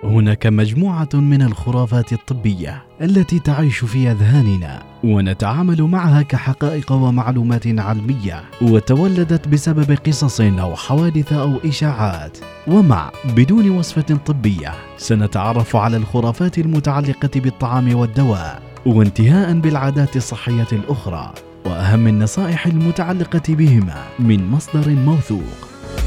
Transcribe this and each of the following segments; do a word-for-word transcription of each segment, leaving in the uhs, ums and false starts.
هناك مجموعة من الخرافات الطبية التي تعيش في أذهاننا ونتعامل معها كحقائق ومعلومات علمية، وتولدت بسبب قصص أو حوادث أو إشاعات. ومع بدون وصفة طبية سنتعرف على الخرافات المتعلقة بالطعام والدواء، وانتهاء بالعادات الصحية الأخرى وأهم النصائح المتعلقة بهما من مصدر موثوق.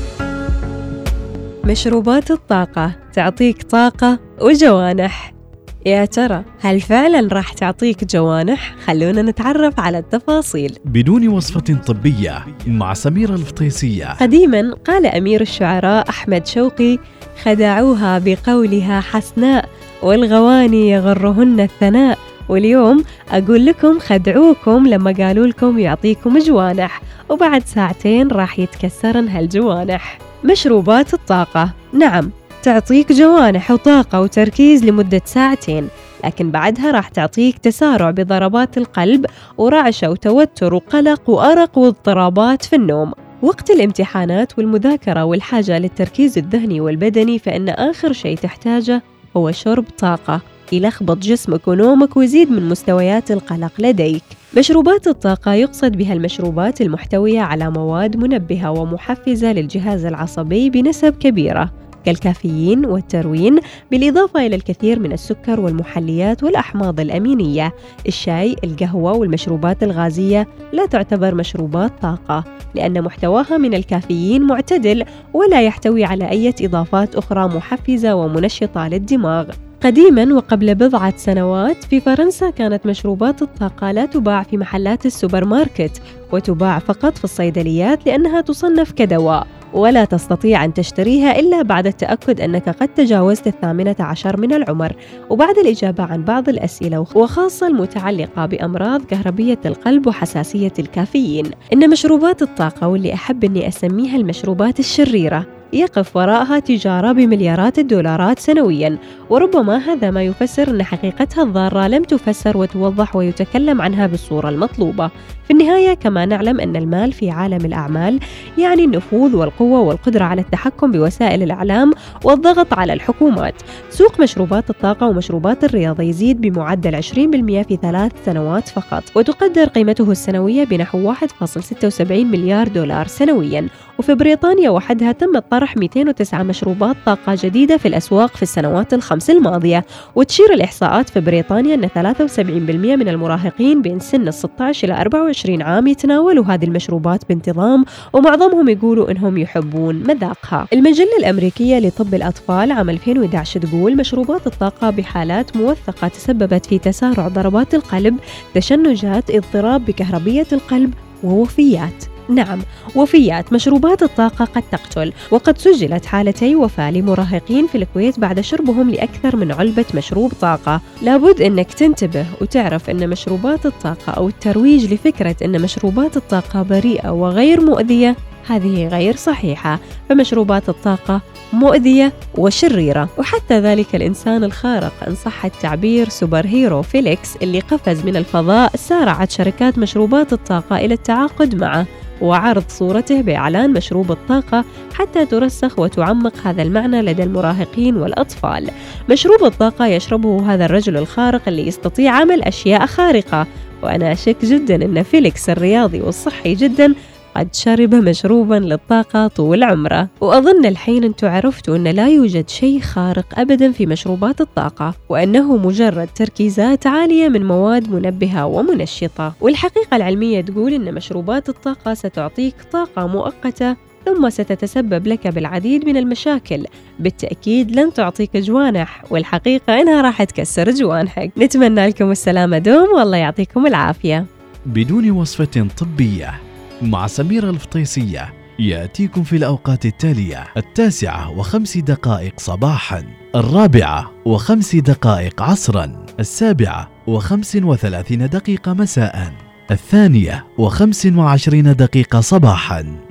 مشروبات الطاقة تعطيك طاقة وجوانح. يا ترى هل فعلاً راح تعطيك جوانح؟ خلونا نتعرف على التفاصيل بدون وصفة طبية مع سميرة الفطيسية. قديماً قال أمير الشعراء أحمد شوقي: خدعوها بقولها حسناء والغواني يغرهن الثناء. واليوم أقول لكم خدعوكم لما قالوا لكم يعطيكم جوانح، وبعد ساعتين راح يتكسرن هالجوانح. مشروبات الطاقة نعم تعطيك جوانح وطاقة وتركيز لمدة ساعتين، لكن بعدها راح تعطيك تسارع بضربات القلب ورعشة وتوتر وقلق وأرق واضطرابات في النوم. وقت الامتحانات والمذاكرة والحاجة للتركيز الذهني والبدني، فإن آخر شيء تحتاجه هو شرب طاقة يلخبط جسمك ونومك ويزيد من مستويات القلق لديك. مشروبات الطاقة يقصد بها المشروبات المحتوية على مواد منبهة ومحفزة للجهاز العصبي بنسب كبيرة كالكافيين والتروين، بالإضافة إلى الكثير من السكر والمحليات والأحماض الأمينية. الشاي، القهوة والمشروبات الغازية لا تعتبر مشروبات طاقة لأن محتواها من الكافيين معتدل ولا يحتوي على أي إضافات أخرى محفزة ومنشطة للدماغ. قديماً وقبل بضعة سنوات في فرنسا كانت مشروبات الطاقة لا تباع في محلات السوبر ماركت، وتباع فقط في الصيدليات لأنها تصنف كدواء، ولا تستطيع أن تشتريها إلا بعد التأكد أنك قد تجاوزت الثامنة عشر من العمر، وبعد الإجابة عن بعض الأسئلة وخاصة المتعلقة بأمراض كهربية القلب وحساسية الكافيين. إن مشروبات الطاقة، واللي أحب أني أسميها المشروبات الشريرة، يقف وراءها تجارة بمليارات الدولارات سنوياً، وربما هذا ما يفسر أن حقيقتها الضارة لم تفسر وتوضح ويتكلم عنها بالصورة المطلوبة. في النهاية كما نعلم أن المال في عالم الأعمال يعني النفوذ والقوة والقدرة على التحكم بوسائل الإعلام والضغط على الحكومات. سوق مشروبات الطاقة ومشروبات الرياضة يزيد بمعدل عشرين بالمئة في ثلاث سنوات فقط، وتقدر قيمته السنوية بنحو واحد فاصلة ستة وسبعين مليار دولار سنوياً. وفي بريطانيا وحدها تم طرح مئتين وتسعة مشروبات طاقة جديدة في الأسواق في السنوات الخمس الماضية. وتشير الإحصاءات في بريطانيا أن ثلاثة وسبعين بالمئة من المراهقين بين سن ستة عشر إلى أربعة وعشرين عام يتناولوا هذه المشروبات بانتظام، ومعظمهم يقولوا إنهم يحبون مذاقها. المجلة الأمريكية لطب الأطفال عام ألفين وإحدى عشر تقول مشروبات الطاقة بحالات موثقة تسببت في تسارع ضربات القلب، تشنجات، اضطراب بكهربية القلب ووفيات. نعم، وفيات. مشروبات الطاقة قد تقتل، وقد سجلت حالتي وفاة لمراهقين في الكويت بعد شربهم لأكثر من علبة مشروب طاقة. لابد أنك تنتبه وتعرف أن مشروبات الطاقة أو الترويج لفكرة أن مشروبات الطاقة بريئة وغير مؤذية هذه غير صحيحة، فمشروبات الطاقة مؤذية وشريرة. وحتى ذلك الإنسان الخارق إن صح التعبير سوبر هيرو فيليكس اللي قفز من الفضاء، سارعت شركات مشروبات الطاقة إلى التعاقد معه وعرض صورته بإعلان مشروب الطاقة حتى ترسخ وتعمق هذا المعنى لدى المراهقين والأطفال. مشروب الطاقة يشربه هذا الرجل الخارق اللي يستطيع عمل أشياء خارقة، وأنا أشك جدا أن فيليكس الرياضي والصحي جدا قد شرب مشروبا للطاقة طول عمره. وأظن الحين أنتم عرفتوا أن لا يوجد شيء خارق أبدا في مشروبات الطاقة، وأنه مجرد تركيزات عالية من مواد منبهة ومنشطة. والحقيقة العلمية تقول أن مشروبات الطاقة ستعطيك طاقة مؤقتة ثم ستتسبب لك بالعديد من المشاكل، بالتأكيد لن تعطيك جوانح، والحقيقة أنها راح تكسر جوانحك. نتمنى لكم السلامة دوم، والله يعطيكم العافية. بدون وصفة طبية مع سميرة الفطيسية يأتيكم في الأوقات التالية: التاسعة وخمس دقائق صباحا، الرابعة وخمس دقائق عصرا، السابعة وخمس وثلاثين دقيقة مساء، الثانية وخمس وعشرين دقيقة صباحا.